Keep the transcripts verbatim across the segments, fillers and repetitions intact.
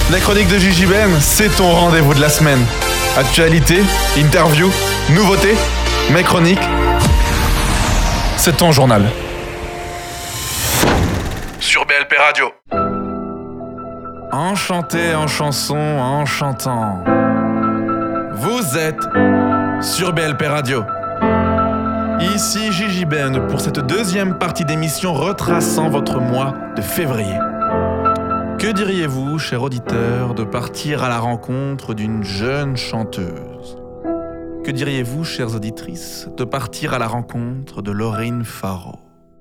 La chronique de Gigi Ben, c'est ton rendez-vous de la semaine. Actualité, interview, nouveautés, mes chroniques, c'est ton journal. Sur B L P Radio. Enchanté en chanson, en chantant. Vous êtes sur B L P Radio. Ici Gigi Ben pour cette deuxième partie d'émission retraçant votre mois de février. Que diriez-vous, cher auditeur, de partir à la rencontre d'une jeune chanteuse ? Que diriez-vous, chères auditrices, de partir à la rencontre de Lorraine Farro ?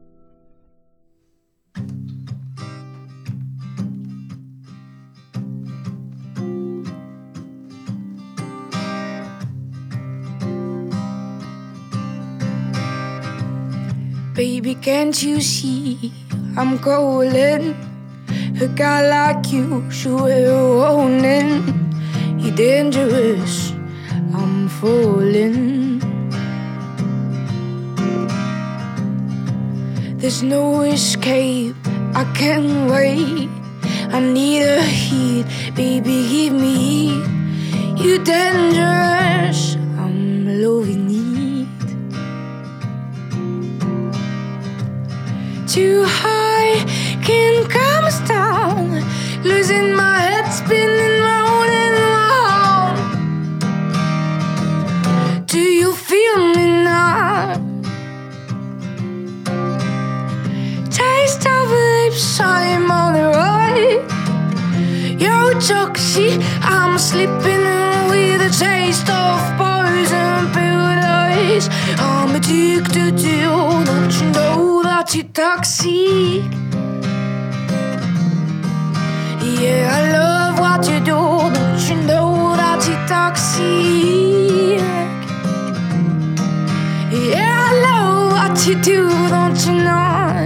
Baby, can't you see I'm calling? A guy like you should wear a warning. You're dangerous, I'm falling. There's no escape, I can't wait. I need a heat, baby, give me heat. You're dangerous, I'm loving it. Too high, can come down. Losing my head, spinning round and round. Do you feel me now? Taste of lips, I'm on the right. You're toxic, I'm slipping with a taste of poison paradise. I'm addicted to you, don't you know that you're toxic? Yeah, I love what you do, don't you know that you're toxic? Yeah, I love what you do, don't you know?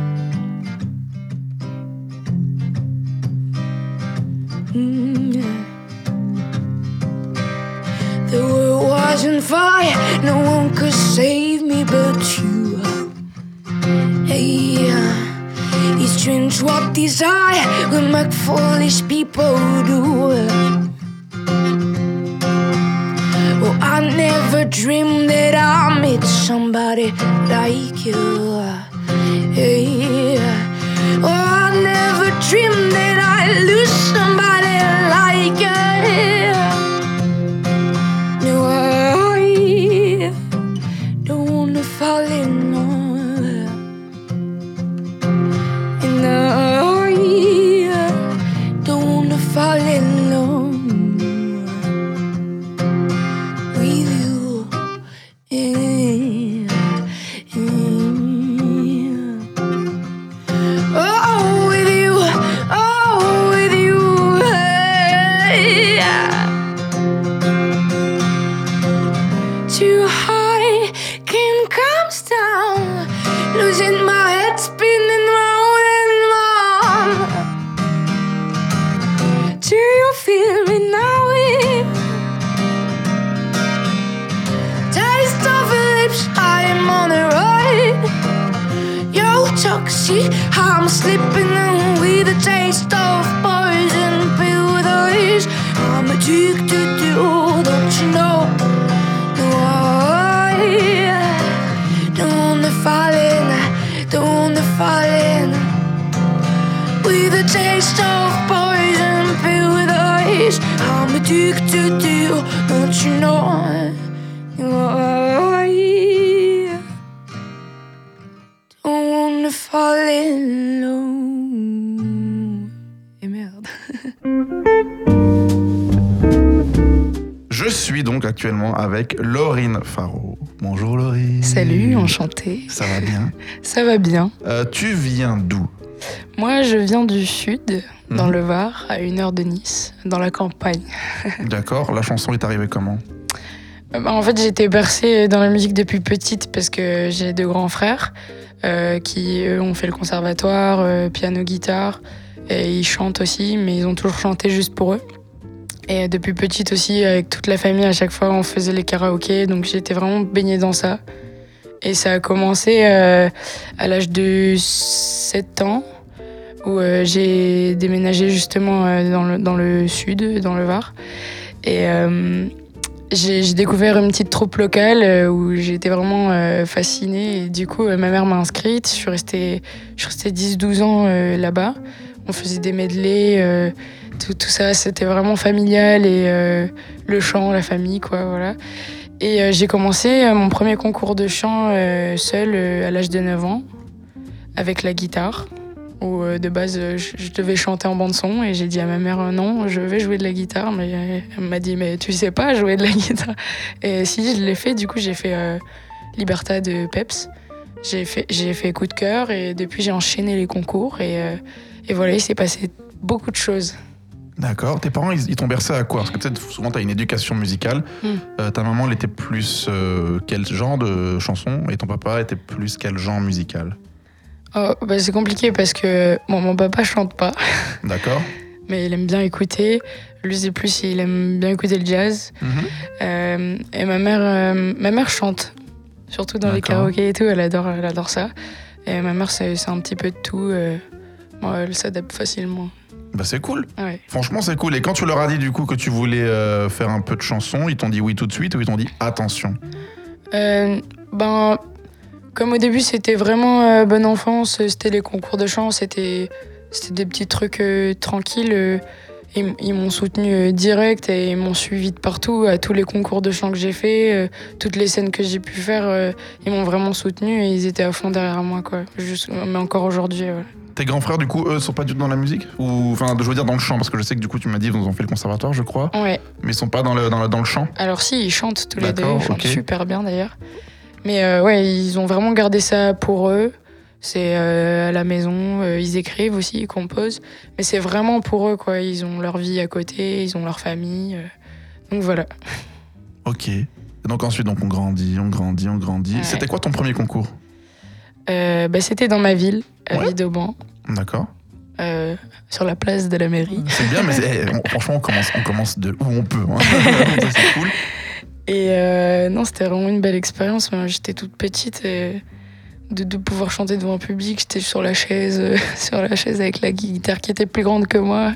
Mm, yeah. The world was on fire, no one could save me but you. Hey, uh, it's strange what desire will make foolish people do. Oh, I never dreamed that I'd meet somebody like you. Hey, oh, I never dreamed that I'd lose somebody like you. No, I don't wanna fall in love. Fall in love with you. Yeah. Yeah. Oh, with you. Oh, with you. Yeah. Too high, can comes down. Losing my head, spinning round and round. Do you feel me now? Taste of lips, I'm on the right. You're toxic, I'm slipping with a taste of poison paradise. I'm addicted to you, don't you know? No, I don't wanna fall in, don't wanna fall in with a taste of poison paradise. I'm addicted to you, don't you know? I don't wanna fall in love. Et merde. Je suis donc actuellement avec Lorraine Farro. Bonjour Lorraine. Salut, enchantée. Ça va bien? Ça va bien. Euh, tu viens d'où? Moi, je viens du sud, dans Mhm. le Var, à une heure de Nice, dans la campagne. D'accord, la chanson est arrivée comment? Euh, bah, en fait, j'ai été bercée dans la musique depuis petite parce que j'ai deux grands frères euh, qui, eux, ont fait le conservatoire, euh, piano, guitare, et ils chantent aussi, mais ils ont toujours chanté juste pour eux. Et depuis petite aussi, avec toute la famille, à chaque fois, on faisait les karaokés, donc j'étais vraiment baignée dans ça. Et ça a commencé euh, à l'âge de sept ans. où euh, j'ai déménagé justement euh, dans, le, dans le sud, dans le Var. Et euh, j'ai, j'ai découvert une petite troupe locale euh, où j'étais vraiment euh, fascinée. Et du coup, euh, ma mère m'a inscrite. Je suis restée, je suis restée dix douze ans euh, là-bas. On faisait des medleys, euh, tout, tout ça, c'était vraiment familial. Et euh, le chant, la famille, quoi, voilà. Et euh, j'ai commencé euh, mon premier concours de chant euh, seul euh, à l'âge de neuf ans, avec la guitare. Où euh, de base, euh, je, je devais chanter en bande-son et j'ai dit à ma mère euh, non, je vais jouer de la guitare. Mais euh, elle m'a dit, mais tu sais pas jouer de la guitare. Et si, je l'ai fait. Du coup, j'ai fait euh, Libertad de Peps. J'ai fait, j'ai fait Coup de cœur et depuis, j'ai enchaîné les concours. Et, euh, et voilà, il s'est passé beaucoup de choses. D'accord. Tes parents, ils, ils t'ont bercé à quoi? Parce que peut-être souvent, tu as une éducation musicale. Mm. Euh, ta maman, elle était plus euh, quel genre de chanson? Et ton papa était plus quel genre musical? Oh, bah c'est compliqué parce que bon, mon papa chante pas. D'accord. Mais il aime bien écouter. Lui, c'est plus, il aime bien écouter le jazz. Mm-hmm. Euh, et ma mère, euh, ma mère chante, surtout dans D'accord. les karaokés et tout. Elle adore, elle adore ça. Et ma mère, c'est, c'est un petit peu de tout. Euh, bon, elle s'adapte facilement. Bah c'est cool. Ouais. Franchement, c'est cool. Et quand tu leur as dit du coup que tu voulais euh, faire un peu de chansons, ils t'ont dit oui tout de suite ou ils t'ont dit attention? euh, Ben. Comme au début, c'était vraiment euh, bonne enfance, c'était les concours de chant, c'était, c'était des petits trucs euh, tranquilles. Euh, ils, ils m'ont soutenu euh, direct et ils m'ont suivi de partout, à tous les concours de chant que j'ai fait, euh, toutes les scènes que j'ai pu faire, euh, ils m'ont vraiment soutenu et ils étaient à fond derrière moi, quoi. Juste, mais encore aujourd'hui, ouais. Tes grands frères, du coup, eux, sont pas du tout dans la musique? Ou, enfin, je veux dire dans le chant, parce que je sais que du coup, tu m'as dit, ils ont fait le conservatoire, je crois. Ouais. Mais ils sont pas dans le, dans le, dans le chant? Alors si, ils chantent tous D'accord, les deux, ils chantent okay. super bien d'ailleurs. Mais euh, ouais, ils ont vraiment gardé ça pour eux. C'est euh, à la maison, euh, ils écrivent aussi, ils composent. Mais c'est vraiment pour eux, quoi. Ils ont leur vie à côté, ils ont leur famille. Euh, donc voilà. Ok. Et donc ensuite, donc on grandit, on grandit, on grandit. Ouais. C'était quoi ton premier concours? euh, bah, C'était dans ma ville, à ouais. Villeurbanne. D'accord. Euh, sur la place de la mairie. C'est bien, mais c'est, on, franchement, on commence, on commence de où on peut. Hein. C'est cool. Et euh, non, c'était vraiment une belle expérience. J'étais toute petite et de, de pouvoir chanter devant un public, j'étais sur la chaise, euh, sur la chaise avec la guitare qui était plus grande que moi.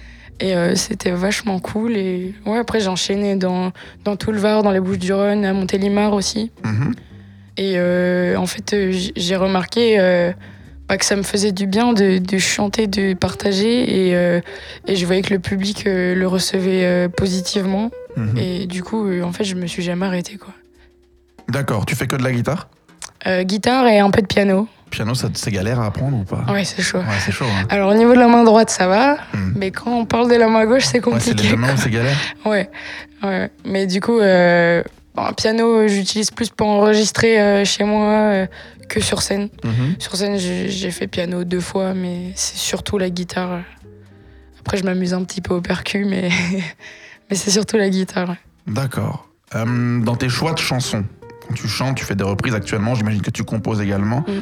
Et euh, c'était vachement cool. Et ouais, après, j'ai enchaîné dans, dans tout le Var, dans les Bouches-du-Rhône, à Montélimar aussi. Mm-hmm. Et euh, en fait, j'ai remarqué euh, bah, que ça me faisait du bien de, de chanter, de partager. Et, euh, et je voyais que le public euh, le recevait euh, positivement. Mmh. Et du coup, euh, en fait, je me suis jamais arrêtée, quoi. D'accord. Tu fais que de la guitare? euh, Guitare et un peu de piano. Piano, ça, c'est galère à apprendre ou pas? Ouais, c'est chaud. Ouais, c'est chaud. Hein. Alors, au niveau de la main droite, ça va. Mmh. Mais quand on parle de la main gauche, c'est compliqué. Ouais, c'est les deux mains où c'est galère? Ouais. ouais. Mais du coup, euh, bon, piano, j'utilise plus pour enregistrer euh, chez moi euh, que sur scène. Mmh. Sur scène, j'ai, j'ai fait piano deux fois, mais c'est surtout la guitare. Après, je m'amuse un petit peu au percu, mais... Mais c'est surtout la guitare. D'accord. Euh, dans tes choix de chansons, quand tu chantes, tu fais des reprises actuellement, j'imagine que tu composes également. Mm.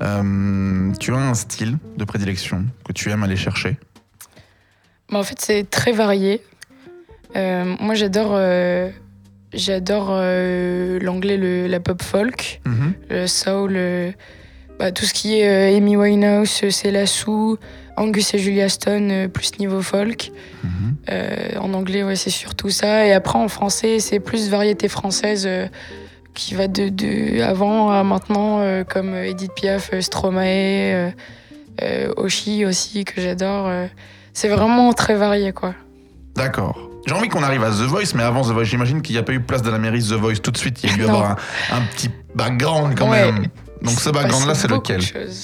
Euh, tu as un style de prédilection que tu aimes aller chercher? Bah en fait, c'est très varié. Euh, moi, j'adore, euh, j'adore euh, l'anglais, le, la pop folk, mm-hmm. le soul, le, bah, tout ce qui est euh, Amy Winehouse, Céla Sou, Angus et Julia Stone, euh, plus niveau folk. Mm-hmm. Euh, en anglais, ouais, c'est surtout ça. Et après, en français, c'est plus variété française euh, qui va de, de avant à maintenant, euh, comme Edith Piaf, euh, Stromae, euh, euh, Oshi aussi, que j'adore. Euh. C'est vraiment très varié, quoi. D'accord. J'ai envie qu'on arrive à The Voice, mais avant The Voice, j'imagine qu'il n'y a pas eu place de la mairie The Voice tout de suite. Il y a dû y avoir un, un petit background quand ouais. même. Donc ce background-là, c'est lequel?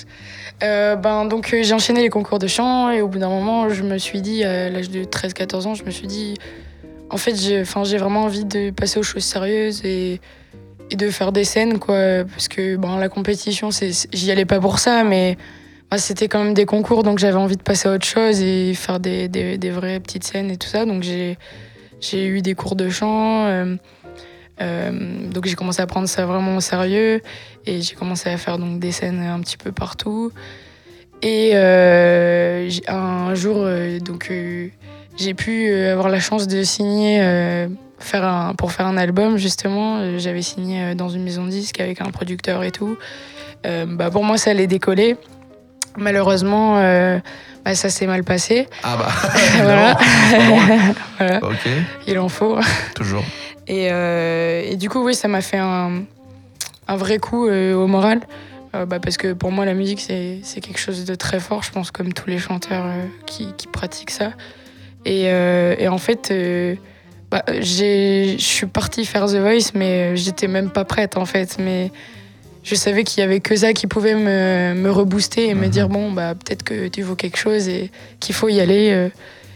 Euh, ben, donc euh, j'ai enchaîné les concours de chant et au bout d'un moment je me suis dit, à l'âge de treize quatorze ans, je me suis dit en fait j'ai, j'ai vraiment envie de passer aux choses sérieuses et, et de faire des scènes, quoi, parce que ben, la compétition c'est, c'est, j'y allais pas pour ça, mais ben, c'était quand même des concours, donc j'avais envie de passer à autre chose et faire des, des, des vraies petites scènes et tout ça. Donc j'ai, j'ai eu des cours de chant, euh, euh, donc j'ai commencé à prendre ça vraiment au sérieux et j'ai commencé à faire donc des scènes un petit peu partout. Et euh, un jour, euh, donc, euh, j'ai pu euh, avoir la chance de signer euh, faire un, pour faire un album, justement. Euh, j'avais signé euh, dans une maison de disques avec un producteur et tout. Euh, bah, pour moi, ça allait décoller. Malheureusement, euh, bah, ça s'est mal passé. Ah bah, Voilà. évidemment. Voilà. Ok, Il en faut. toujours. Et, euh, et du coup, oui, ça m'a fait un, un vrai coup euh, au moral. Euh, bah, parce que pour moi, la musique, c'est, c'est quelque chose de très fort, je pense, comme tous les chanteurs euh, qui, qui pratiquent ça. Et, euh, et en fait, euh, bah, j'ai, je suis partie faire The Voice, mais j'étais même pas prête, en fait. Mais je savais qu'il y avait que ça qui pouvait me, me rebooster et me Mhm. dire, bon, bah, peut-être que tu vaux quelque chose et qu'il faut y aller. euh,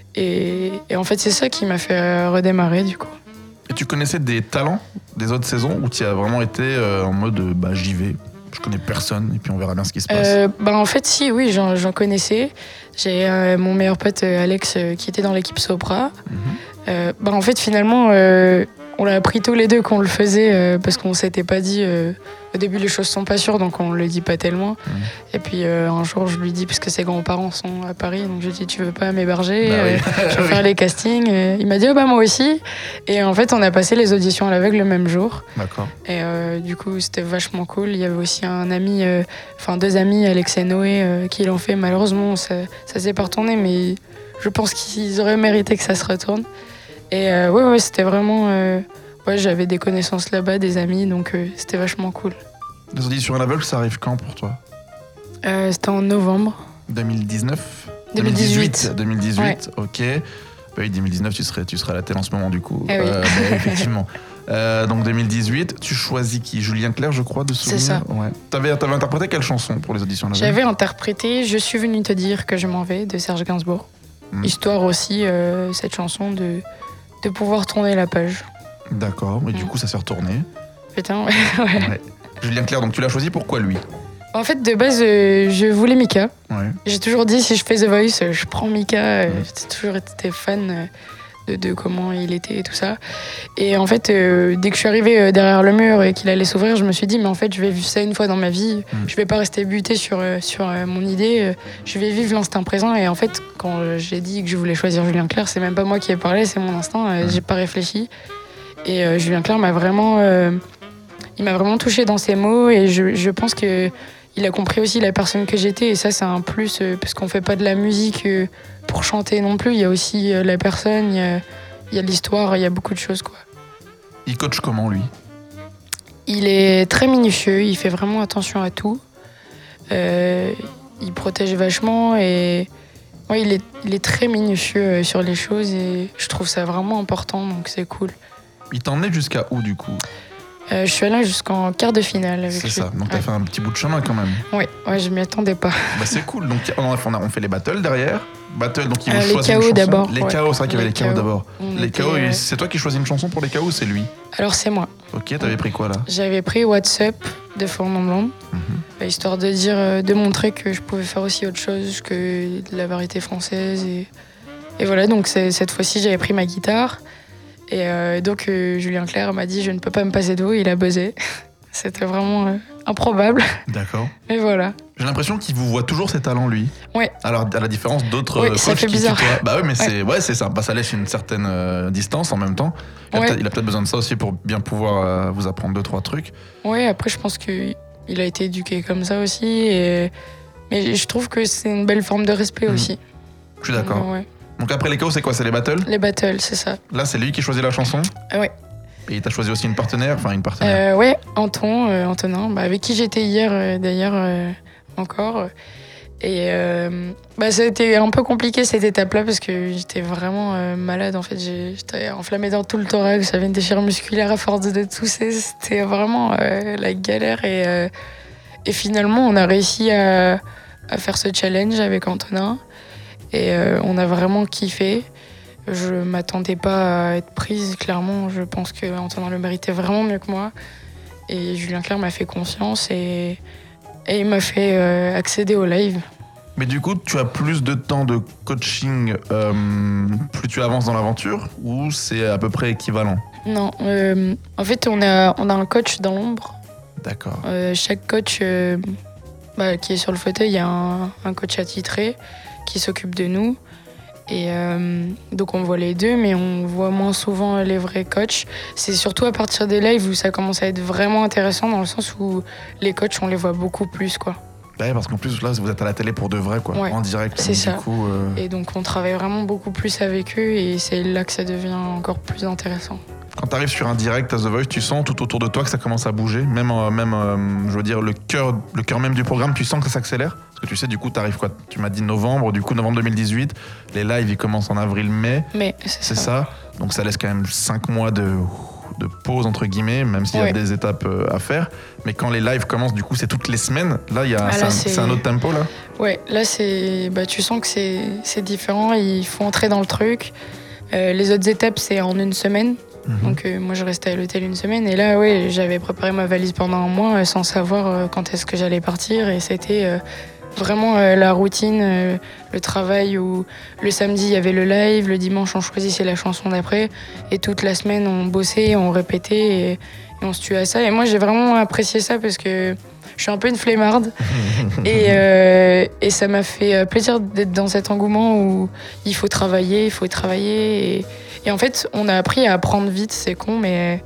et, et en fait, c'est ça qui m'a fait euh, redémarrer, du coup. Et tu connaissais des talents des autres saisons ou tu as vraiment été euh, en mode euh, bah j'y vais, je connais personne et puis on verra bien ce qui se passe. Euh, bah en fait si oui j'en, j'en connaissais. J'ai euh, mon meilleur pote euh, Alex euh, qui était dans l'équipe Sopra. Mhm. Euh, bah en fait finalement euh, on l'a appris tous les deux qu'on le faisait euh, parce qu'on s'était pas dit euh, au début les choses sont pas sûres donc on le dit pas tellement. Mhm. Et puis euh, un jour je lui dis parce que ses grands-parents sont à Paris donc je lui dis tu veux pas m'héberger Bah euh, oui. je vais faire les castings. Et il m'a dit oh bah moi aussi et en fait on a passé les auditions à l'aveugle le même jour. D'accord. Et euh, du coup, c'était vachement cool. Il y avait aussi un ami, euh, enfin deux amis, Alex et Noé, euh, qui l'ont fait. Malheureusement, ça, ça s'est pas retourné, mais je pense qu'ils auraient mérité que ça se retourne. Et euh, ouais, ouais, c'était vraiment. Euh, ouais, j'avais des connaissances là-bas, des amis, donc euh, c'était vachement cool. Les auditions à l'aveugle, ça arrive quand pour toi? Euh, c'était en novembre. deux mille dix-neuf deux mille dix-huit. deux mille dix-huit, Ouais. ok. Bah oui, deux mille dix-neuf, tu serais, tu serais à la télé en ce moment du coup. Eh oui. Euh, bah, effectivement. Euh, donc deux mille dix-huit, tu choisis qui? Julien Clerc, je crois, de souvenir. C'est ça. Ouais. T'avais, t'avais interprété quelle chanson pour les auditions à l'aveugle? J'avais interprété Je suis venue te dire que je m'en vais de Serge Gainsbourg. Mm. Histoire aussi, euh, cette chanson, de, de pouvoir tourner la page. D'accord, et du Mm. coup ça s'est retourné. Putain, ouais. ouais. Ouais. Julien Clerc, donc tu l'as choisi, pourquoi lui? En fait, de base, euh, je voulais Mika. Ouais. J'ai toujours dit, si je fais The Voice, euh, je prends Mika. Euh, Ouais. J'ai toujours été fan euh, de, de comment il était et tout ça. Et en fait, euh, dès que je suis arrivée euh, derrière le mur et qu'il allait s'ouvrir, je me suis dit, mais en fait, je vais vivre ça une fois dans ma vie. Mm. Je vais pas rester butée sur, euh, sur euh, mon idée. euh, je vais vivre l'instinct présent. Et en fait, quand euh, j'ai dit que je voulais choisir Julien Clerc, c'est même pas moi qui ai parlé, c'est mon instinct. euh, Mm. J'ai pas réfléchi. Et euh, Julien Clerc m'a vraiment, euh, il m'a vraiment touchée dans ses mots. Et je, je pense que il a compris aussi la personne que j'étais. Et ça, c'est un plus, euh, parce qu'on fait pas de la musique euh, pour chanter non plus. Il y a aussi euh, la personne, il y a, il y a l'histoire, il y a beaucoup de choses, quoi. Il coach comment lui? Il est très minutieux, il fait vraiment attention à tout. Euh, il protège vachement et ouais, il, est, il est très minutieux euh, sur les choses et je trouve ça vraiment important, donc c'est cool. Il t'emmenait jusqu'à où du coup? Euh, je suis allée jusqu'en quart de finale avec C'est lui. ça, donc t'as Ouais. fait un petit bout de chemin quand même. Ouais, ouais, je m'y attendais pas. Bah c'est cool, donc on, a, on a- on fait les battles derrière. Battle, donc ils Euh, vont les choisir K O une chanson. d'abord, Les ouais. K O, c'est vrai qu'il y avait Les les K O K O. d'abord. On Les était, K O, euh, c'est toi qui choisis une chanson pour les K O ou c'est lui? Alors c'est moi. Ok, t'avais pris quoi là? J'avais pris What's Up de Fernand Blanc, Mhm. histoire de dire, euh, de montrer que je pouvais faire aussi autre chose que de la variété française. Et, et voilà, donc c'est- cette fois-ci j'avais pris ma guitare. Et euh, donc euh, Julien Clerc m'a dit je ne peux pas me passer d'eau, il a buzzé. C'était vraiment euh, improbable, D'accord. mais voilà. J'ai l'impression qu'il vous voit toujours ses talents lui. Ouais. Alors à la différence d'autres Ouais, euh, ça coachs fait qui bizarre. tutoient. Bah ouais, mais c'est ouais, c'est ça. Bah, ça laisse une certaine euh, distance en même temps. Il a Ouais. peut-être il a peut-être besoin de ça aussi pour bien pouvoir euh, vous apprendre deux trois trucs. Ouais, après je pense qu'il a été éduqué comme ça aussi. Et... Mais je trouve que c'est une belle forme de respect Mhm. aussi. Je suis d'accord. Ouais. Donc après les K O, c'est quoi? C'est les battles? Les battles, c'est ça. Là, c'est lui qui choisit la chanson. Ah ouais. Et il t'a choisi aussi une partenaire, enfin une partenaire. Euh, ouais, Anton, euh, Antonin, bah, avec qui j'étais hier euh, d'ailleurs euh, encore. Et euh, bah, ça a été un peu compliqué cette étape-là parce que j'étais vraiment euh, malade en fait. J'ai- J'étais enflammée dans tout le thorax, j'avais une déchirure musculaire à force de tousser. C'était vraiment euh, la galère. Et, euh, et finalement, on a réussi à, à faire ce challenge avec Antonin. Et euh, on a vraiment kiffé. Je m'attendais pas à être prise, clairement. Je pense que Antonin le méritait vraiment mieux que moi. Et Julien Clerc m'a fait confiance et, et il m'a fait euh, accéder au live. Mais du coup, tu as plus de temps de coaching euh, plus tu avances dans l'aventure ou c'est à peu près équivalent? Non, euh, en fait, on a, on a un coach dans l'ombre. D'accord. Euh, chaque coach euh, bah, qui est sur le fauteuil, il y a un, un coach attitré qui s'occupe de nous. Et euh, donc on voit les deux, mais on voit moins souvent les vrais coachs. C'est surtout à partir des lives où ça commence à être vraiment intéressant dans le sens où les coachs, on les voit beaucoup plus, quoi. Ouais, parce qu'en plus, là, vous êtes à la télé pour de vrai, quoi, Ouais, en direct. c'est donc, ça. Du coup, euh, Et donc on travaille vraiment beaucoup plus avec eux et c'est là que ça devient encore plus intéressant. Quand tu arrives sur un direct à The Voice, tu sens tout autour de toi que ça commence à bouger. Même, euh, même euh, je veux dire, le cœur, le cœur même du programme, tu sens que ça s'accélère. Parce que tu sais, du coup, tu arrives quoi? Tu m'as dit novembre, du coup, novembre deux mille dix-huit. Les lives, ils commencent en avril-mai. Mais c'est, C'est ça. ça. Donc ça laisse quand même cinq mois de, de pause, entre guillemets, même s'il y a Ouais. des étapes euh, à faire. Mais quand les lives commencent, du coup, c'est toutes les semaines. Là, il y a, Ah, c'est, là, un, c'est- c'est un autre tempo, là. Ouais, là c'est, bah, tu sens que c'est, c'est différent, il faut entrer dans le truc. Euh, les autres étapes c'est en une semaine. Mhm. Donc euh, moi je restais à l'hôtel une semaine et là ouais j'avais préparé ma valise pendant un mois euh, sans savoir euh, quand est-ce que j'allais partir et c'était euh, vraiment euh, la routine, euh, le travail où le samedi il y avait le live, le dimanche on choisissait la chanson d'après et toute la semaine on bossait, on répétait et, et on se tuait à ça et moi j'ai vraiment apprécié ça parce que je suis un peu une flemmarde et, euh, et ça m'a fait plaisir d'être dans cet engouement où il faut travailler, il faut travailler et et en fait, on a appris à apprendre vite, c'est con, mais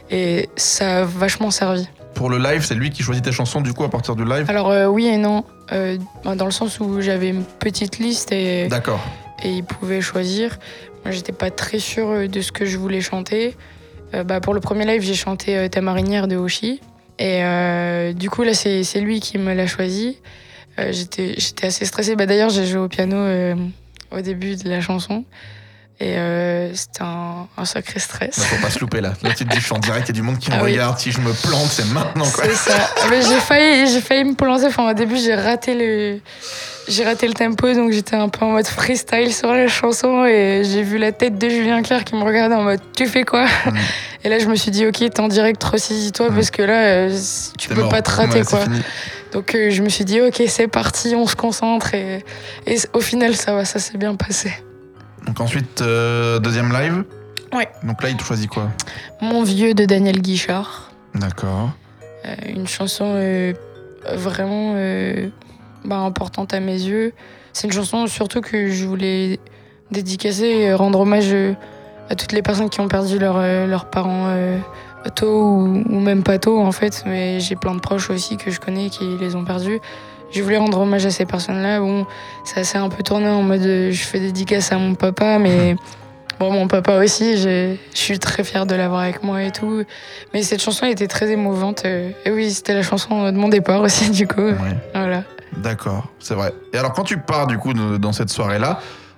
et ça a vachement servi. Pour le live, c'est lui qui choisit tes chansons, du coup, à partir du live. Alors euh, oui et non, euh, dans le sens où j'avais une petite liste et, D'accord. et il pouvait choisir. Moi, j'étais pas très sûre de ce que je voulais chanter. Euh, bah, pour le premier live, j'ai chanté euh, Ta marinière de Hoshi. Et euh, du coup, là, c'est, c'est lui qui me l'a choisi. Euh, j'étais, j'étais assez stressée. Bah, d'ailleurs, j'ai joué au piano euh, au début de la chanson. Et euh, c'était un, un sacré stress. Là, faut pas se louper, là. Là, tu te dis, je suis en direct, il y a du monde qui me Ah oui. regarde. Si je me plante, c'est maintenant, quoi. C'est ça. Mais j'ai failli, j'ai failli me planter. Enfin, au début, j'ai raté le, j'ai raté le tempo, donc j'étais un peu en mode freestyle sur la chanson et j'ai vu la tête de Julien Clerc qui me regardait en mode tu fais quoi? Mm. Et là, je me suis dit ok, t'es en direct, ressaisis-toi Mm. parce que là, euh, tu T'es peux mort. pas te rater Ouais, c'est quoi. fini. Donc euh, je me suis dit ok, c'est parti, on se concentre et, et au final, ça va, ça s'est bien passé. Donc ensuite, euh, deuxième live. Ouais. Donc là, il te choisit quoi? Mon vieux de Daniel Guichard. D'accord. Euh, une chanson euh, vraiment euh, bah, importante à mes yeux. C'est une chanson surtout que je voulais dédicacer et rendre hommage euh, à toutes les personnes qui ont perdu leur, euh, leurs parents euh, tôt ou, ou même pas tôt en fait. Mais j'ai plein de proches aussi que je connais qui les ont perdus. Je voulais rendre hommage à ces personnes-là. Bon, ça s'est un peu tourné en mode euh, je fais dédicace à mon papa, mais bon, mon papa aussi, je suis très fière de l'avoir avec moi et tout. Mais cette chanson était très émouvante. euh, Et oui, c'était la chanson de mon départ aussi, du coup. Ouais. Voilà. D'accord, c'est vrai. Et alors, quand tu pars, du coup, de- dans cette soirée-là,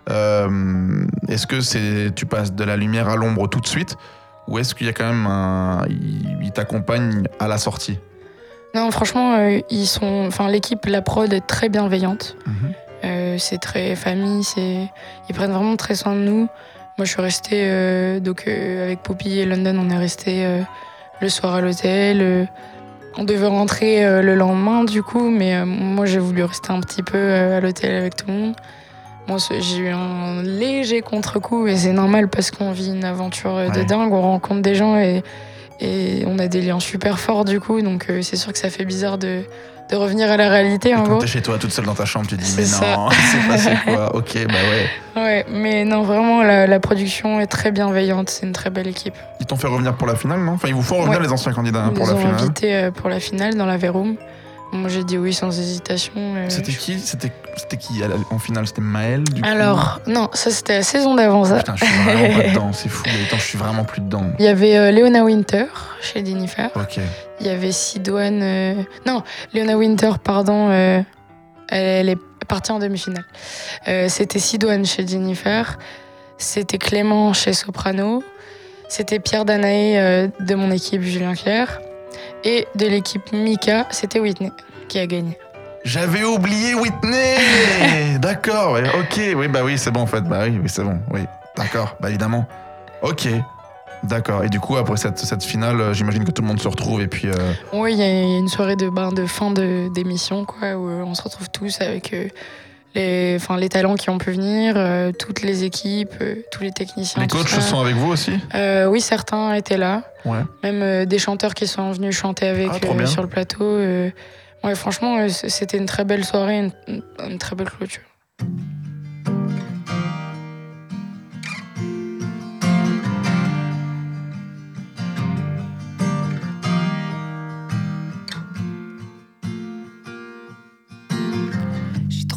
euh, est-ce que c'est, tu passes de la lumière à l'ombre tout de suite? Ou est-ce qu'il y a quand même un. Il, il t'accompagne à la sortie? Non, franchement, euh, ils sont. Enfin, l'équipe, la prod est très bienveillante. Mhm. Euh, c'est très famille. C'est. Ils prennent vraiment très soin de nous. Moi, je suis restée euh, donc euh, avec Poppy et London. On est resté euh, le soir à l'hôtel. euh, on devait rentrer euh, le lendemain, du coup, mais euh, moi, j'ai voulu rester un petit peu euh, à l'hôtel avec tout le monde. Moi, ce- j'ai eu un léger contre-coup, et c'est normal parce qu'on vit une aventure euh, de Ouais. dingue. On rencontre des gens et, et on a des liens super forts, du coup. Donc, euh, c'est sûr que ça fait bizarre de, de revenir à la réalité, Et en quand gros. t'es chez toi, toute seule dans ta chambre, tu te dis, C'est mais ça. non, c'est passé quoi? Ok, bah ouais. Ouais, mais non, vraiment, la, la production est très bienveillante. C'est une très belle équipe. Ils t'ont fait revenir pour la finale, non? Enfin, ils vous font revenir, Ouais. les anciens candidats, hein, Ils pour nous la ont finale. invités euh, pour la finale dans la Verum. Moi, j'ai dit oui sans hésitation. euh, C'était je- qui? C'était, c'était qui à la- en finale? C'était Maël, du coup? Alors, non, ça c'était la saison d'avant ça. Putain, je suis vraiment pas dedans, c'est fou. Attends, je suis vraiment plus dedans. Il y avait euh, Léona Winter chez Jennifer. Ok. Il y avait Sidoine. euh, Non, Léona Winter, pardon. euh, Elle, elle est partie en demi-finale. Euh, c'était Sidoine chez Jennifer. C'était Clément chez Soprano. C'était Pierre Danaé euh, de mon équipe Julien Clerc. Et de l'équipe Mika, c'était Whitney qui a gagné. J'avais oublié Whitney. D'accord, ouais, ok, oui, bah oui, c'est bon en fait, bah oui, oui, c'est bon, oui, d'accord, bah évidemment. Ok, d'accord. Et du coup, après cette, cette finale, euh, j'imagine que tout le monde se retrouve et puis. euh, Oui, il y a une soirée de, ben, de fin de, d'émission, quoi, où on se retrouve tous avec euh, les, enfin, les talents qui ont pu venir, euh, toutes les équipes, euh, tous les techniciens. Les tout coachs ça. sont avec vous aussi? Euh, Oui, certains étaient là. Ouais. Même euh, des chanteurs qui sont venus chanter avec Ah, trop euh, bien. sur le plateau. euh. Ouais, franchement, euh, c- c'était une très belle soirée, une, une- une très belle clôture.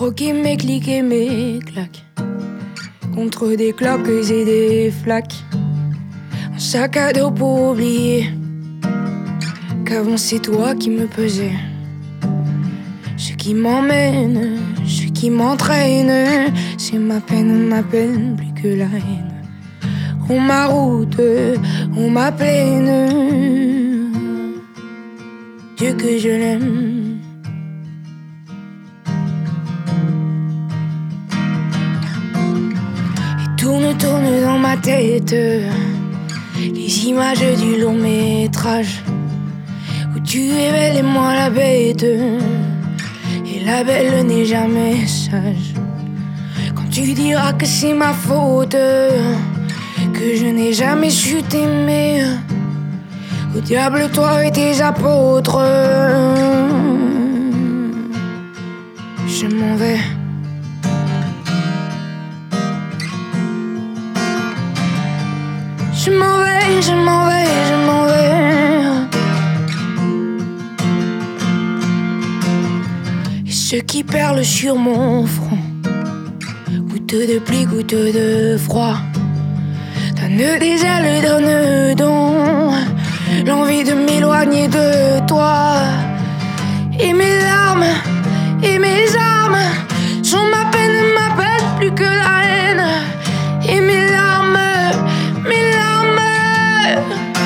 croquer mes clics et mes claques contre des cloques et des flaques. Un sac à dos pour oublier qu'avant c'est toi qui me pesais. Ce qui m'emmène, ce qui m'entraîne, c'est ma peine, ma peine plus que la haine. On ma route, on ma plaine. Dieu que je l'aime. Et tourne, tourne dans ma tête les images du long métrage où tu es belle et moi la bête. Et la belle n'est jamais sage. Quand tu diras que c'est ma faute, que je n'ai jamais su t'aimer, au diable toi et tes apôtres. Je m'en vais. Je m'en vais, je m'en vais, je m'en vais. Et ce qui perle sur mon front, goutte de pluie, goutte de froid, donne des ailes, donne donc l'envie de m'éloigner de toi. Et mes larmes, et mes armes sont ma peine, ma peine plus que la haine. Et mes larmes, mes larmes,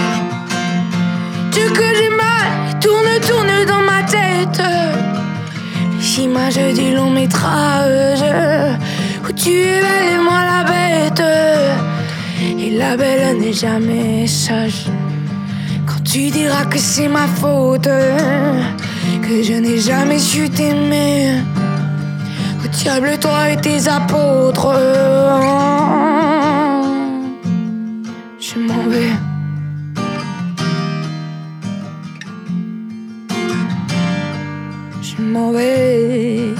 Dieu que j'ai mal, tourne, tourne dans ma tête les images du long métrage où tu es belle et moi la bête. Et la belle n'est jamais sage. Quand tu diras que c'est ma faute, que je n'ai jamais su t'aimer, au diable toi et tes apôtres. Je m'en vais. Je m'en vais.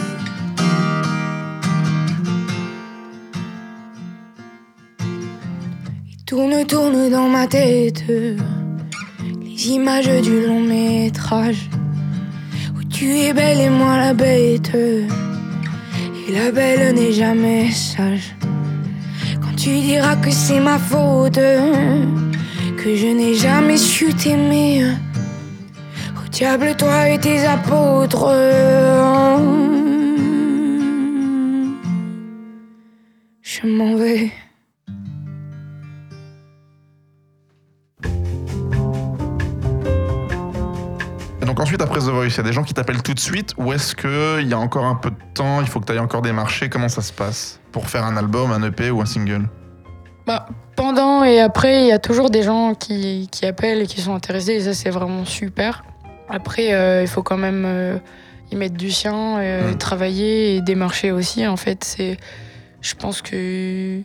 Tourne, tourne dans ma tête les images du long métrage où tu es belle et moi la bête. Et la belle n'est jamais sage. Quand tu diras que c'est ma faute, que je n'ai jamais su t'aimer, au diable toi et tes apôtres. Je m'en vais. Donc ensuite, après The Voice, il y a des gens qui t'appellent tout de suite ou est-ce qu'il y a encore un peu de temps, il faut que tu ailles encore démarcher? Comment ça se passe pour faire un album, un E P ou un single? Bah, pendant et après, il y a toujours des gens qui, qui appellent et qui sont intéressés et ça, c'est vraiment super. Après, euh, il faut quand même euh, y mettre du sien, euh, mmh. travailler et démarcher aussi. En fait, c'est, je pense que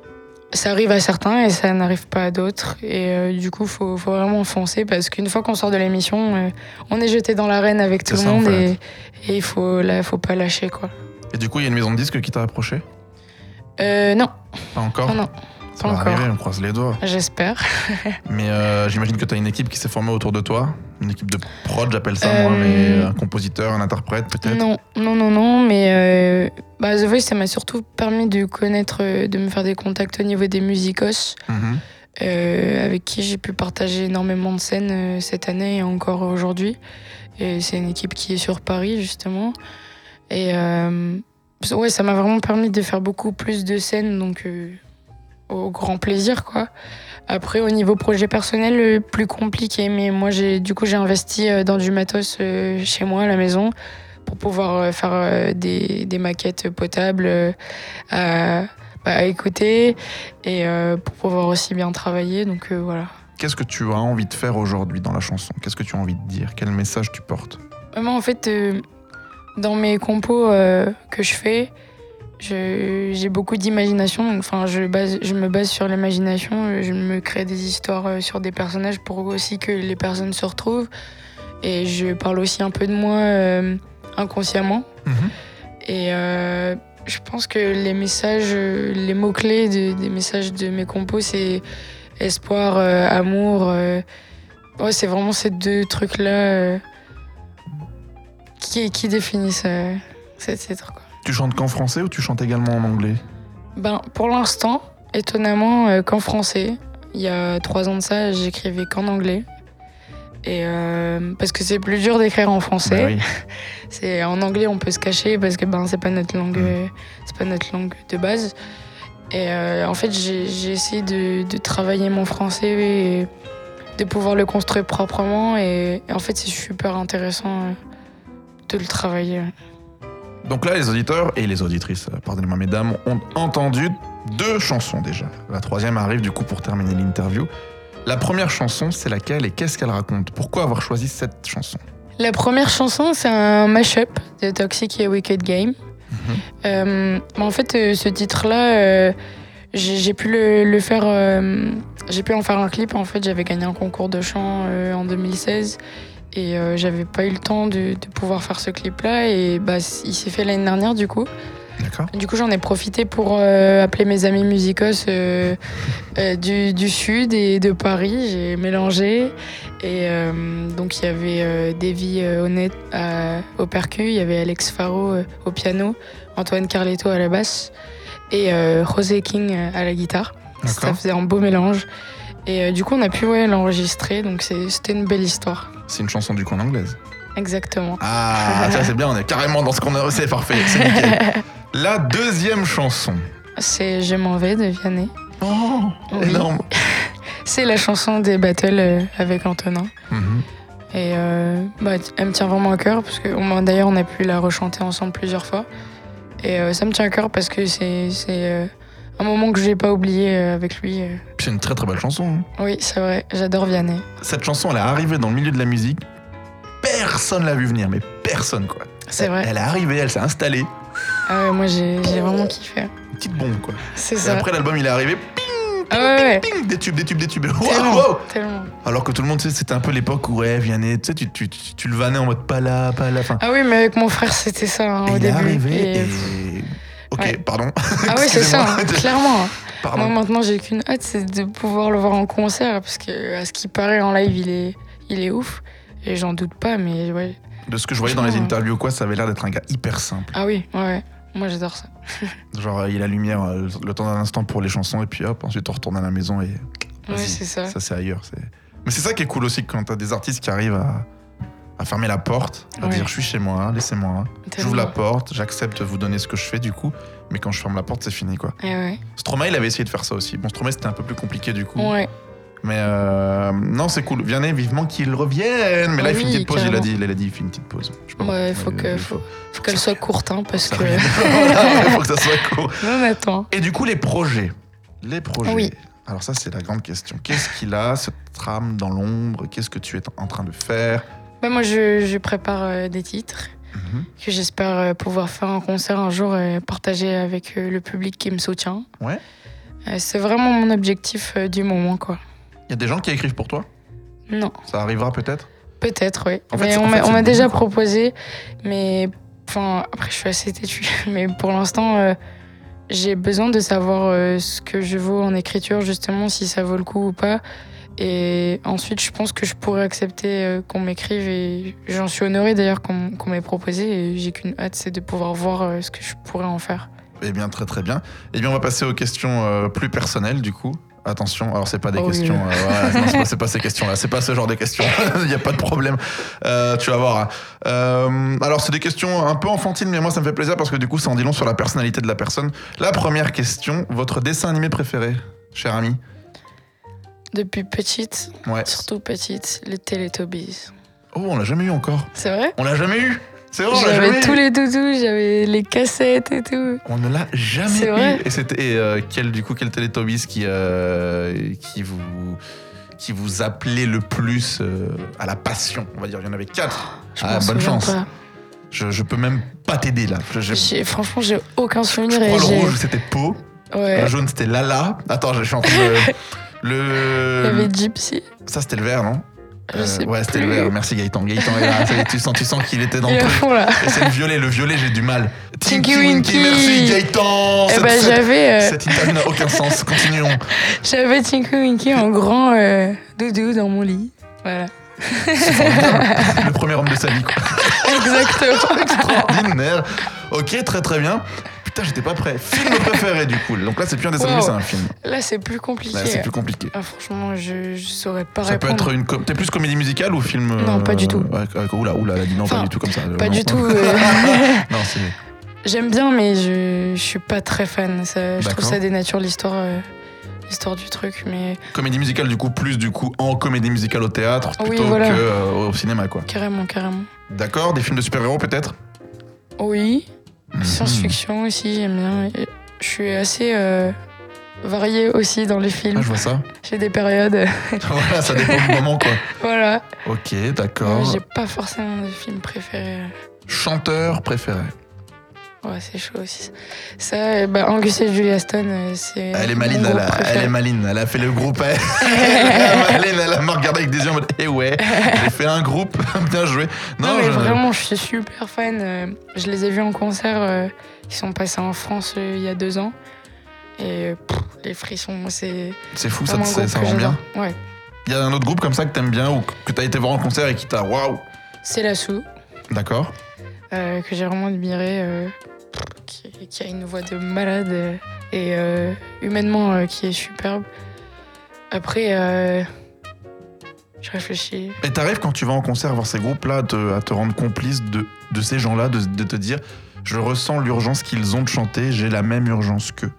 ça arrive à certains et ça n'arrive pas à d'autres. Et euh, du coup, il faut, faut vraiment foncer parce qu'une fois qu'on sort de l'émission, euh, on est jeté dans l'arène avec tout c'est le ça, monde en fait. et il faut, là, faut pas lâcher, quoi. Et du coup, il y a une maison de disques qui t'a approché? euh, Non. Pas encore? Non, non. Ça va arriver, on croise les doigts. J'espère. Mais euh, j'imagine que tu as une équipe qui s'est formée autour de toi. Une équipe de prod, j'appelle ça euh... moi, mais un compositeur, un interprète peut-être? Non, non, non, non. Mais euh, bah, The Voice, ça m'a surtout permis de connaître, de me faire des contacts au niveau des musicos, mmh. euh, avec qui j'ai pu partager énormément de scènes euh, cette année et encore aujourd'hui. Et c'est une équipe qui est sur Paris, justement. Et euh, ouais, ça m'a vraiment permis de faire beaucoup plus de scènes, donc... Euh, au grand plaisir, quoi. Après, au niveau projet personnel, plus compliqué, mais moi, j'ai, du coup, j'ai investi dans du matos chez moi, à la maison, pour pouvoir faire des, des maquettes potables à, à écouter et pour pouvoir aussi bien travailler, donc euh, voilà. Qu'est-ce que tu as envie de faire aujourd'hui dans la chanson? Qu'est-ce que tu as envie de dire? Quel message tu portes? Moi, en fait, euh, dans mes compos euh, que je fais, Je, j'ai beaucoup d'imagination, donc, enfin, je, base, je me base sur l'imagination, je me crée des histoires sur des personnages pour aussi que les personnes se retrouvent. Et je parle aussi un peu de moi euh, inconsciemment. Mmh. Et euh, je pense que les messages, les mots-clés de, des messages de mes compos, c'est espoir, euh, amour. Euh, ouais, c'est vraiment ces deux trucs-là euh, qui, qui définissent euh, cet titre, quoi. Tu chantes qu'en français ou tu chantes également en anglais? Ben, pour l'instant, étonnamment, euh, qu'en français. Il y a trois ans de ça, j'écrivais qu'en anglais. Et euh, parce que c'est plus dur d'écrire en français. Bah oui. C'est en anglais on peut se cacher parce que ben c'est pas notre langue, Mm. euh, c'est pas notre langue de base. Et euh, en fait j'ai, j'ai essayé de, de travailler mon français et de pouvoir le construire proprement. Et, et en fait c'est super intéressant euh, de le travailler. Donc là, les auditeurs et les auditrices, euh, pardonnez-moi mesdames, ont entendu deux chansons déjà. La troisième arrive du coup pour terminer l'interview. La première chanson, c'est laquelle et qu'est-ce qu'elle raconte? Pourquoi avoir choisi cette chanson? La première chanson c'est un mash-up de Toxic et Wicked Game. Mhm. Euh, mais en fait, euh, ce titre-là, euh, j'ai, j'ai pu le, le faire. Euh, j'ai pu en faire un clip. En fait, j'avais gagné un concours de chant euh, en deux mille seize et euh, j'avais pas eu le temps de, de pouvoir faire ce clip-là. Et bah, il s'est fait l'année dernière, du coup. D'accord. Du coup, j'en ai profité pour euh, appeler mes amis musicos euh, euh, du, du Sud et de Paris. J'ai mélangé. Et euh, donc, il y avait euh, Davy euh, Honnête à- au percu, il y avait Alex Faro euh, au piano, Antoine Carletto à la basse et euh, José King euh, à la guitare. Ça D'accord. faisait un beau mélange. Et euh, du coup, on a pu ouais, l'enregistrer. Donc, c'est- c'était une belle histoire. C'est une chanson du coup en anglaise. Exactement. Ah, ça c'est bien, on est carrément dans ce qu'on a. C'est parfait, c'est nickel. La deuxième chanson. C'est Je m'en vais de Vianney. Oh, Oui. énorme. C'est la chanson des battles euh, avec Antonin. Mhm. Et euh, bah, elle me tient vraiment à cœur parce que on m'a- d'ailleurs on a pu la rechanter ensemble plusieurs fois. Et euh, ça me tient à cœur parce que c'est, c'est euh, un moment que je n'ai pas oublié euh, avec lui. euh. Puis c'est une très très belle chanson. hein. Oui, c'est vrai, j'adore Vianney. Cette chanson, elle est arrivée dans le milieu de la musique. Personne l'a vu venir, mais personne quoi. C'est Elle- vrai. Elle est arrivée, elle s'est installée. Ah ouais, moi j'ai, j'ai vraiment kiffé. Une petite bombe quoi. C'est Et ça. après l'album il est arrivé, Ah ouais, ouais. ping, des tubes, des tubes, des tubes. Wow, Tellement, wow. tellement. Alors que tout le monde, tu sais, c'était un peu l'époque où ouais, Vianney, tu sais, tu, tu, tu, tu le vannais en mode pas là, pas là. Enfin, Ah oui, mais avec mon frère c'était ça hein, et au il est début. arrivé Et- et. Ok, Ouais. pardon. Ah oui, c'est ça, hein, Excusez-moi. clairement. Pardon. Moi maintenant j'ai qu'une hâte, c'est de pouvoir le voir en concert parce que à ce qui paraît en live il est, il est ouf. Et j'en doute pas, mais ouais. De ce que je voyais dans les Franchement, interviews, quoi, ça avait l'air d'être un gars hyper simple. Ah oui, ouais, ouais. Moi j'adore ça. Genre, il a la lumière euh, le temps d'un instant pour les chansons, et puis hop, ensuite on retourne à la maison et. Ouais, vas-y. c'est ça. Ça, c'est ailleurs. C'est... Mais c'est ça qui est cool aussi quand t'as des artistes qui arrivent à, à fermer la porte, à Ouais. dire je suis chez moi, laissez-moi. Tellement. J'ouvre la porte, j'accepte de vous donner ce que je fais du coup, mais quand je ferme la porte, c'est fini quoi. Eh ouais. Stromae, il avait essayé de faire ça aussi. Bon, Stromae, c'était un peu plus compliqué du coup. Ouais. Mais euh, non, c'est cool. Vianney, vivement qu'il revienne. Mais là, il fait une Oui, petite pause, il a carrément. dit. Il a dit, il fait une petite pause. Je sais pas Ouais, pourquoi, faut mais que, il faut, faut qu'elle soit courte, hein, parce Ça que. arrive. Voilà, faut que ça soit court. Non, mais attends. Et du coup, les projets. Les projets. Oui. Alors ça, c'est la grande question. Qu'est-ce qu'il a, cette trame dans l'ombre? Qu'est-ce que tu es en train de faire? Bah, moi, je, je prépare euh, des titres Mhm. que j'espère euh, pouvoir faire en concert un jour et partager avec euh, le public qui me soutient. Ouais. Euh, c'est vraiment mon objectif euh, du moment, quoi. Il y a des gens qui écrivent pour toi? Non, Ça arrivera peut-être? peut-être, oui. En fait, Mais c'est- on en m'a fait, on c'est m'a le déjà début, quoi. proposé, mais enfin, après, je suis assez têtue. Mais pour l'instant, euh, j'ai besoin de savoir euh, ce que je vaux en écriture, justement, si ça vaut le coup ou pas. Et ensuite, je pense que je pourrais accepter euh, qu'on m'écrive et j'en suis honorée d'ailleurs qu'on qu'on m'ait proposé et j'ai qu'une hâte, c'est de pouvoir voir euh, ce que je pourrais en faire. Eh bien, très très bien. Eh bien, on va passer aux questions euh, plus personnelles du coup. Attention, alors c'est pas des Oh oui. questions, euh, voilà, non, c'est pas, c'est pas ces questions-là, c'est pas ce genre de questions, il n'y a pas de problème, Euh, tu vas voir. hein. Euh, alors c'est des questions un peu enfantines, mais moi ça me fait plaisir parce que du coup ça en dit long sur la personnalité de la personne. La première question, votre dessin animé préféré, cher ami? Depuis petite, Ouais. surtout petite, les Teletubbies. Oh, on l'a jamais eu encore. C'est vrai? On l'a jamais eu. C'est vrai, on l'a J'avais jamais tous eu. les doudous, j'avais les cassettes et tout. On ne l'a jamais C'est eu. vrai. Et c'était et, euh, quel du coup quel Teletubbies qui euh, qui vous qui vous appelait le plus euh, à la passion, on va dire. Il y en avait quatre. Je Ah, m'en bonne souviens chance. pas. Je, je peux même pas t'aider là. Je, je- J'ai- Franchement, j'ai aucun je souvenir. crois et le j'ai- rouge c'était Po, Ouais. le jaune c'était Lala. Attends, je suis en train de le Il y avait Gypsy. ça c'était le vert non? Je sais ouais, c'était plus. le vert. Merci Gaëtan. Gaëtan est là. Ça y est, tu sens, tu sens qu'il était dans Il le est à truc. fond là. Et c'est le violet. Le violet, j'ai du mal. Tinky Winky. Merci Gaëtan. Eh Cette- ben, cette- j'avais, euh, Cette interview n'a aucun sens. Continuons. j'avais Tinky Winky en grand euh, doudou dans mon lit. Voilà. C'est formidable. Le premier homme de sa vie, quoi. Exactement. Extraordinaire. Ok, très très bien. Putain, j'étais pas prêt. Film préféré du coup. Donc là, c'est plus un dessin animé, Wow. c'est un film. Là, c'est plus compliqué. Là, c'est plus compliqué. Ah, franchement, je, je saurais pas Ça peut répondre. être une. com- T'es plus comédie musicale ou film euh, Non, pas du tout. Ouais, ouais, oula, oula, elle a dit non, pas Enfin, du tout comme ça. Pas Non. du tout. euh, Non, c'est. J'aime bien, mais je, je suis pas très fan. Ça, je trouve D'accord. ça dénature l'histoire, euh, l'histoire du truc. Mais Comédie musicale, du coup, plus du coup en comédie musicale au théâtre Oui, plutôt voilà. que euh, au cinéma, quoi. carrément, carrément. D'accord, des films de super-héros peut-être. Oui, Mhm. science-fiction aussi, j'aime bien. Et je suis assez euh, variée aussi dans les films. Ah, je vois ça. J'ai des périodes. Voilà, ça dépend du moment, quoi. Voilà. Ok, Ouais, d'accord. j'ai pas forcément de film préféré. Chanteur préféré. Ouais, c'est chaud aussi. Ça, euh, bah, Angus et Julia Stone, euh, c'est. Elle est mon maline, groupe elle, a- préféré. elle est maline. Elle a fait le groupe. Elle, elle, elle, elle m'a regardé avec des yeux en mode eh ouais, j'ai fait un groupe, bien joué. Non, mais je- vraiment, je suis super fan. euh, Je les ai vus en concert. euh, Ils sont passés en France euh, il y a deux ans. Et pff, les frissons, c'est C'est fou, ça, vraiment un ça, groupe ça que rend bien. j'adore. Ouais. Il y a un autre groupe comme ça que t'aimes bien ou que t'as été voir en concert et qui t'a waouh. C'est Lassou, D'accord. euh, que j'ai vraiment admiré, euh, qui, qui a une voix de malade euh, et euh, humainement euh, qui est superbe. Après, euh, je réfléchis. Et t'arrives quand tu vas en concert voir ces groupes-là à te, à te rendre complice de, de ces gens-là, de, de te dire je ressens l'urgence qu'ils ont de chanter, j'ai la même urgence qu'eux.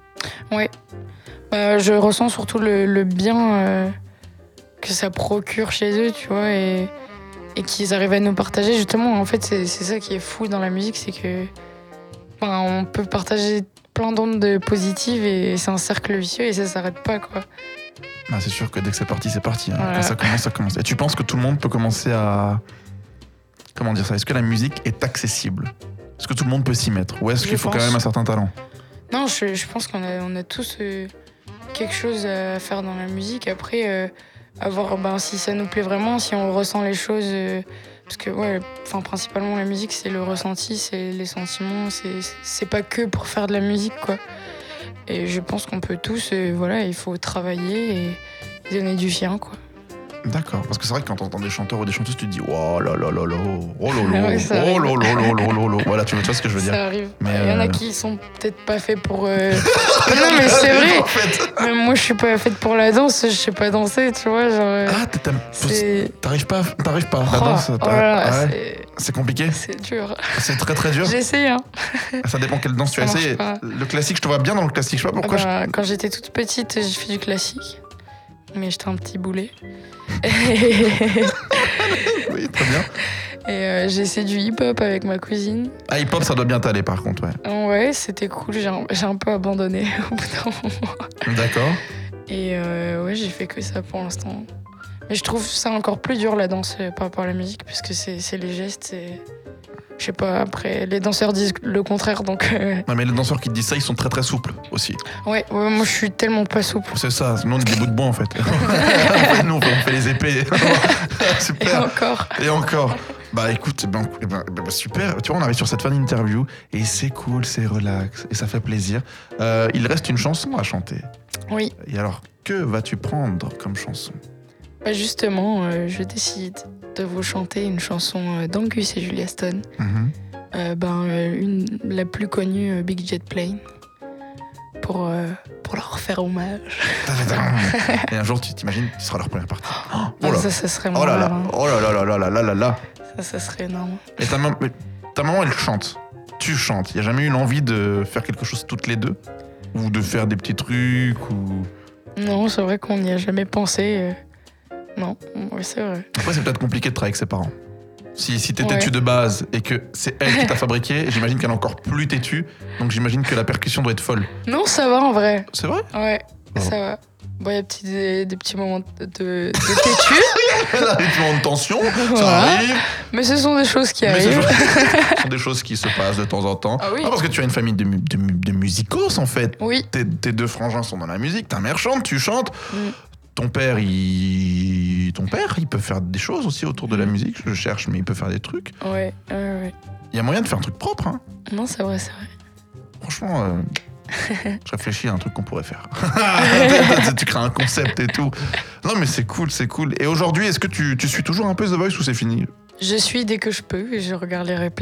Bah, je ressens surtout le, le bien euh, que ça procure chez eux, tu vois, et, et qu'ils arrivent à nous partager. Justement, en fait, c'est c'est ça qui est fou dans la musique, c'est que enfin, on peut partager plein d'ondes positives et c'est un cercle vicieux et ça s'arrête pas, quoi. Bah, c'est sûr que dès que c'est parti, c'est parti. hein. Voilà. Quand ça commence, ça commence. Et tu penses que tout le monde peut commencer à. Comment dire ça? Est-ce que la musique est accessible? Est-ce que tout le monde peut s'y mettre? Ou est-ce Je qu'il faut pense. quand même un certain talent? Non, je, je pense qu'on a, on a tous euh, quelque chose à faire dans la musique. Après, euh, à voir ben, si ça nous plaît vraiment, si on ressent les choses. euh, parce que, ouais, enfin, principalement, la musique, c'est le ressenti, c'est les sentiments. C'est, c'est pas que pour faire de la musique, quoi. Et je pense qu'on peut tous, euh, voilà, il faut travailler et donner du sien, quoi. D'accord. Parce que c'est vrai que quand t'entends des chanteurs ou des chanteuses, tu te dis oh là là là là, oh là là, Ouais, ça oh arrive. là là là là là là. Voilà, tu vois, tu vois ce que je veux dire. Ça arrive. Mais, Il y en a euh, qui sont peut-être pas faits pour. euh, non, mais c'est vrai. En fait. Même moi, je suis pas faite pour la danse, je sais pas danser, tu vois. Genre, euh, Ah, t'es- t'aimes- c'est. t'arrives pas, t'arrives pas. La Oh, danse, oh t'as- là là, ah ouais, c'est- c'est compliqué. c'est dur. C'est très très dur. J'essaye, hein. Ça dépend quelle danse tu Ça as marche essayé. pas. Le classique, je te vois bien dans le classique. Je sais pas pourquoi. Ah bah, Quand j'étais toute petite, j'ai fait du classique. Mais j'étais un petit boulet. et je- Oui, très bien. euh, j'ai essayé du hip-hop avec ma cousine. Ah, hip-hop, ça doit bien t'aller par contre, ouais. Ouais, c'était cool. J'ai un, j'ai un peu abandonné au bout d'un moment. D'accord. Et euh, ouais, j'ai fait que ça pour l'instant. Mais je trouve ça encore plus dur, la danse, euh, par rapport à la musique, parce que c'est c'est les gestes, c'est... Je sais pas, après, les danseurs disent le contraire, donc... euh, Non, mais les danseurs qui te disent ça, ils sont très très souples aussi. Ouais, ouais, moi, je suis tellement pas souple. C'est ça. Nous, on est des bouts de bois en fait. Nous, on fait, on fait les épées. Et Super. encore. Et encore. Bah écoute, ben, eh ben, eh ben, super. Tu vois, on arrive sur cette fin d'interview et c'est cool, c'est relax et ça fait plaisir. Euh, il reste une chanson à chanter. Oui, Et alors, que vas-tu prendre comme chanson? bah justement, euh, je décide de vous chanter une chanson euh, d'Angus et Julia Stone. Mhm. Euh, ben, euh, une, la plus connue, euh, Big Jet Plane, pour, euh, pour leur faire hommage. Ta-ta-ta. Et un jour, tu t'imagines, tu seras leur première partie. Oh, Ah, là. ça, ça serait Oh là là, marrant. oh là là là là là là là là. Ça, ça serait énorme. Et ta, mam- mais ta maman, elle chante. Tu chantes. Il n'y a jamais eu l'envie de faire quelque chose toutes les deux? Ou de faire des petits trucs ou... Non, c'est vrai qu'on n'y a jamais pensé. euh. Non, ouais, c'est vrai. Après, c'est peut-être compliqué de travailler avec ses parents. Si, si t'es Ouais. têtu de base et que c'est elle qui t'a fabriqué, j'imagine qu'elle est encore plus têtue. Donc j'imagine que la percussion doit être folle. Non, ça va en vrai. C'est vrai? Ouais, Oh. ça va. Bon, il y a petit- des, des petits moments de, de, de têtu, Elle a un moment de tension, ça Voilà. arrive. mais ce sont des choses qui Mais ce arrivent. sont des choses qui se passent de temps en temps. Ah oui. parce que tu as une famille de, mu- de, mu- de musicos en fait. Oui, Tes, tes deux frangins sont dans la musique, ta mère chante, tu chantes. Mm. Ton père, il... Ton père, il peut faire des choses aussi autour de la Mm. musique. Je cherche, mais il peut faire des trucs. ouais, ouais, ouais. Il y a moyen de faire un truc propre, hein. Non, c'est vrai, c'est vrai. Franchement, euh, je réfléchis à un truc qu'on pourrait faire. Tu crées un concept et tout. Non, mais c'est cool, c'est cool. Et aujourd'hui, est-ce que tu, tu suis toujours un peu The Voice ou c'est fini? Je suis dès que je peux, et je regarde les replays.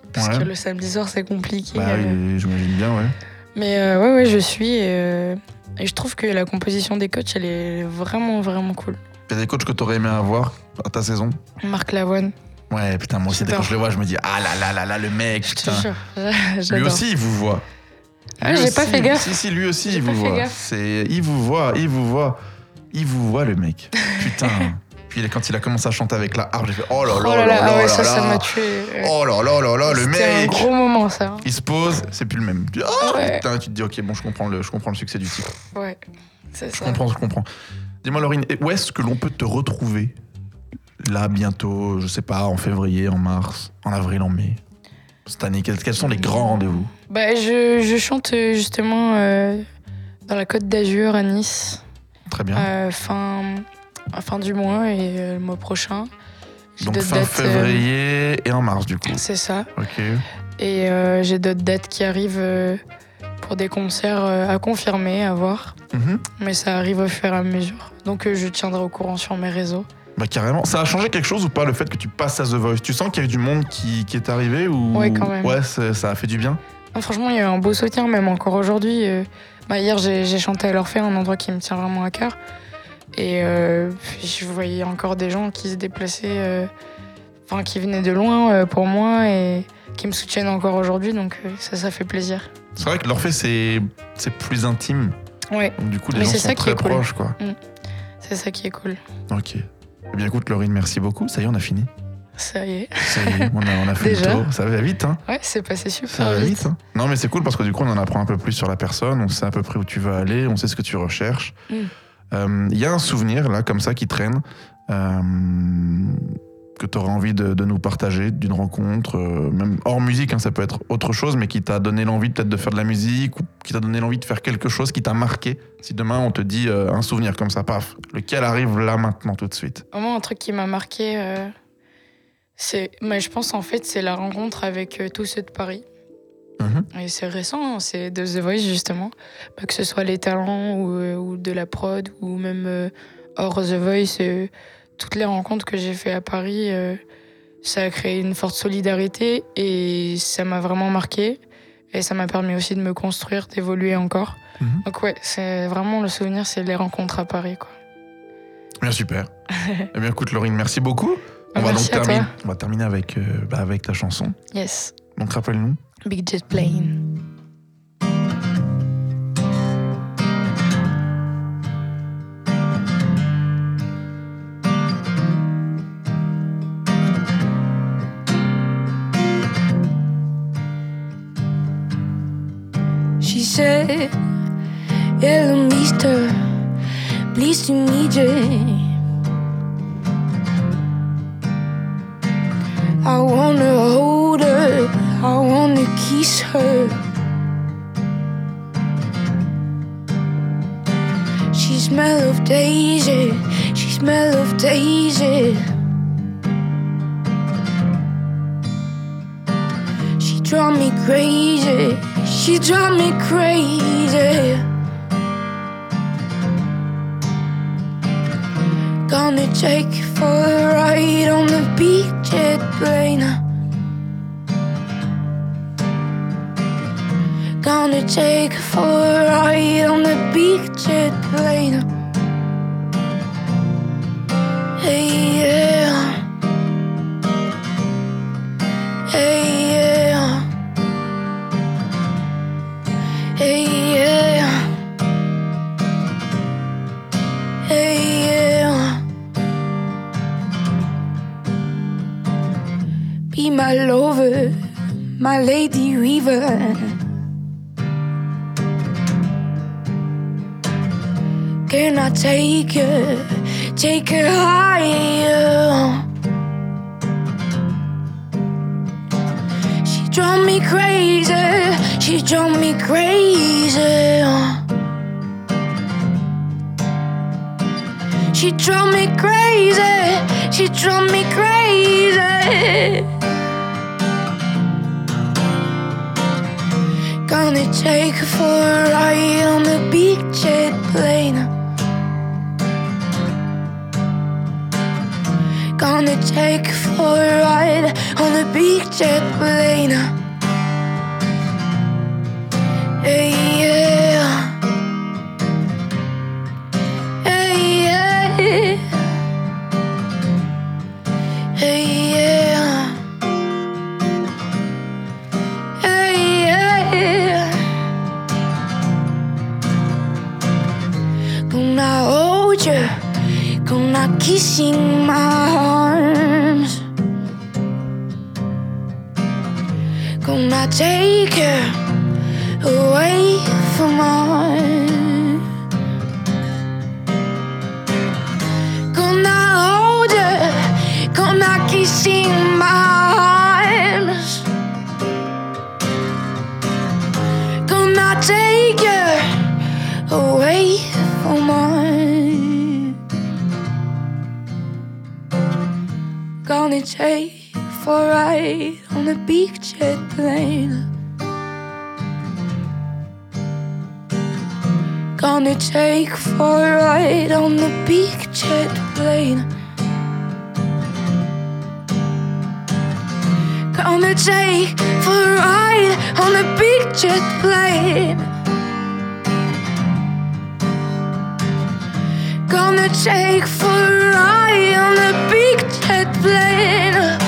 parce Ouais. que le samedi soir c'est compliqué. Bah euh. oui, j'imagine bien, ouais. Mais euh, ouais, ouais, je suis. Et, euh, et je trouve que la composition des coachs, elle est vraiment, vraiment cool. Il y a des coachs que t'aurais aimé avoir à ta saison? Marc Lavoine, Ouais, putain, moi aussi, dès J'adore. que je le vois, je me dis, ah là là là là, le mec, je te putain. jure, Lui j'adore. aussi, il vous voit. Ah, Lui j'ai aussi- pas fait gaffe. Si, si, lui aussi, J'ai il pas vous fait voit. gaffe. C'est, il vous voit, il vous voit. Il vous voit, le mec. Putain. Puis quand il a commencé à chanter avec la harpe, j'ai fait, oh là là Oh là là ah ouais, là ça, ça là. m'a tué. ouais. Oh là là là là, le C'était un mec. gros moment, ça. Il se pose, c'est plus le même. Tu dis, oh Ouais. putain, tu te dis, ok, bon, je comprends le, je comprends le succès du titre. Ouais, c'est Je ça. comprends, je comprends. Dis-moi, Laurine, où est-ce que l'on peut te retrouver là, bientôt, je sais pas, en février, en mars, en avril, en mai, cette année? Quels, quels sont les grands rendez-vous? Bah, je, je chante euh, justement euh, dans la Côte d'Azur à Nice, Très bien. euh, fin, à fin du mois et euh, le mois prochain. J'ai Donc d'autres fin dates, euh, février et en mars, du coup. c'est ça. Ok. Et euh, j'ai d'autres dates qui arrivent euh, pour des concerts euh, à confirmer, à voir. Mhm. Mais ça arrive au fur et à mesure. Donc euh, je tiendrai au courant sur mes réseaux. Bah carrément. Ça a changé quelque chose ou pas, le fait que tu passes à The Voice? Tu sens qu'il y a eu du monde qui, qui est arrivé ou... Ouais, quand même. Ouais, c'est- ça a fait du bien. Ah, franchement, il y a eu un beau soutien, même encore aujourd'hui. euh, bah, hier, j'ai j'ai chanté à l'Orphée, un endroit qui me tient vraiment à cœur. Et euh, puis je voyais encore des gens qui se déplaçaient, euh, enfin qui venaient de loin euh, pour moi et qui me soutiennent encore aujourd'hui. Donc euh, ça, ça fait plaisir. C'est vrai que l'Orphée, c'est, c'est plus intime. Ouais, Donc du coup, les Mais gens c'est sont ça qui très est cool. proches, quoi. c'est ça qui est cool. Ok. Eh bien écoute, Laurine, merci beaucoup. Ça y est, on a fini. Ça y est. Ça y est, on a, on a fait Déjà le tour. Ça va vite, hein. Ouais, c'est passé Ça super va vite. vite. hein. Non, mais c'est cool parce que du coup, on en apprend un peu plus sur la personne. On sait à peu près où tu vas aller. On sait ce que tu recherches. Il Mm. y a un souvenir, là, comme ça, qui traîne, euh, que tu aurais envie de, de nous partager d'une rencontre, euh, même hors musique, hein, ça peut être autre chose, mais qui t'a donné l'envie peut-être de faire de la musique ou qui t'a donné l'envie de faire quelque chose qui t'a marqué. Si demain, on te dit euh, un souvenir comme ça, paf, lequel arrive là, maintenant, tout de suite? Vraiment, un truc qui m'a marqué, euh, c'est, mais je pense en fait, c'est la rencontre avec euh, tous ceux de Paris. Mhm. Et c'est récent, hein, c'est de The Voice justement. Bah, que ce soit les talents ou, euh, ou de la prod ou même euh, hors The Voice, euh, toutes les rencontres que j'ai fait à Paris, euh, ça a créé une forte solidarité et ça m'a vraiment marqué. Et ça m'a permis aussi de me construire, d'évoluer encore. Mhm. Donc ouais, c'est vraiment le souvenir, c'est les rencontres à Paris, quoi. Bien, super. Eh bien, écoute, Laurine, merci beaucoup. On va, donc Merci à terminer, toi. on va terminer avec, euh, bah, avec ta chanson. Yes, Donc, rappelle-nous. Big Jet Plane. She said, Yellow mister, please to meet you. I wanna hold her, I wanna kiss her. She smell of daisy, she smell of daisy. She drive me crazy, she drive me crazy. Gonna take you for a ride on the big jet plane. Gonna take you for a ride on the big jet plane. Hey yeah, hey yeah, hey yeah, hey yeah. Be my lover, my lady weaver. Can I take her, take her higher? She drive me crazy, she drive me crazy. She drive me crazy, she drive me crazy. Gonna take her for a ride on the big jet plane. Gonna Gonna take for a ride on the big jet plane. Hey, yeah. Hey, yeah. Hey, yeah. Hey, yeah. Gonna hold you, gonna kiss in my arms. Gonna take you away from mine. Gonna hold you, gonna kiss in my arms. Gonna take you away from mine. Gonna take for a ride on a big jet plane. Gonna take for a ride on the big jet plane. Gonna take for a ride on the big jet plane. Gonna take for a ride on the big jet plane.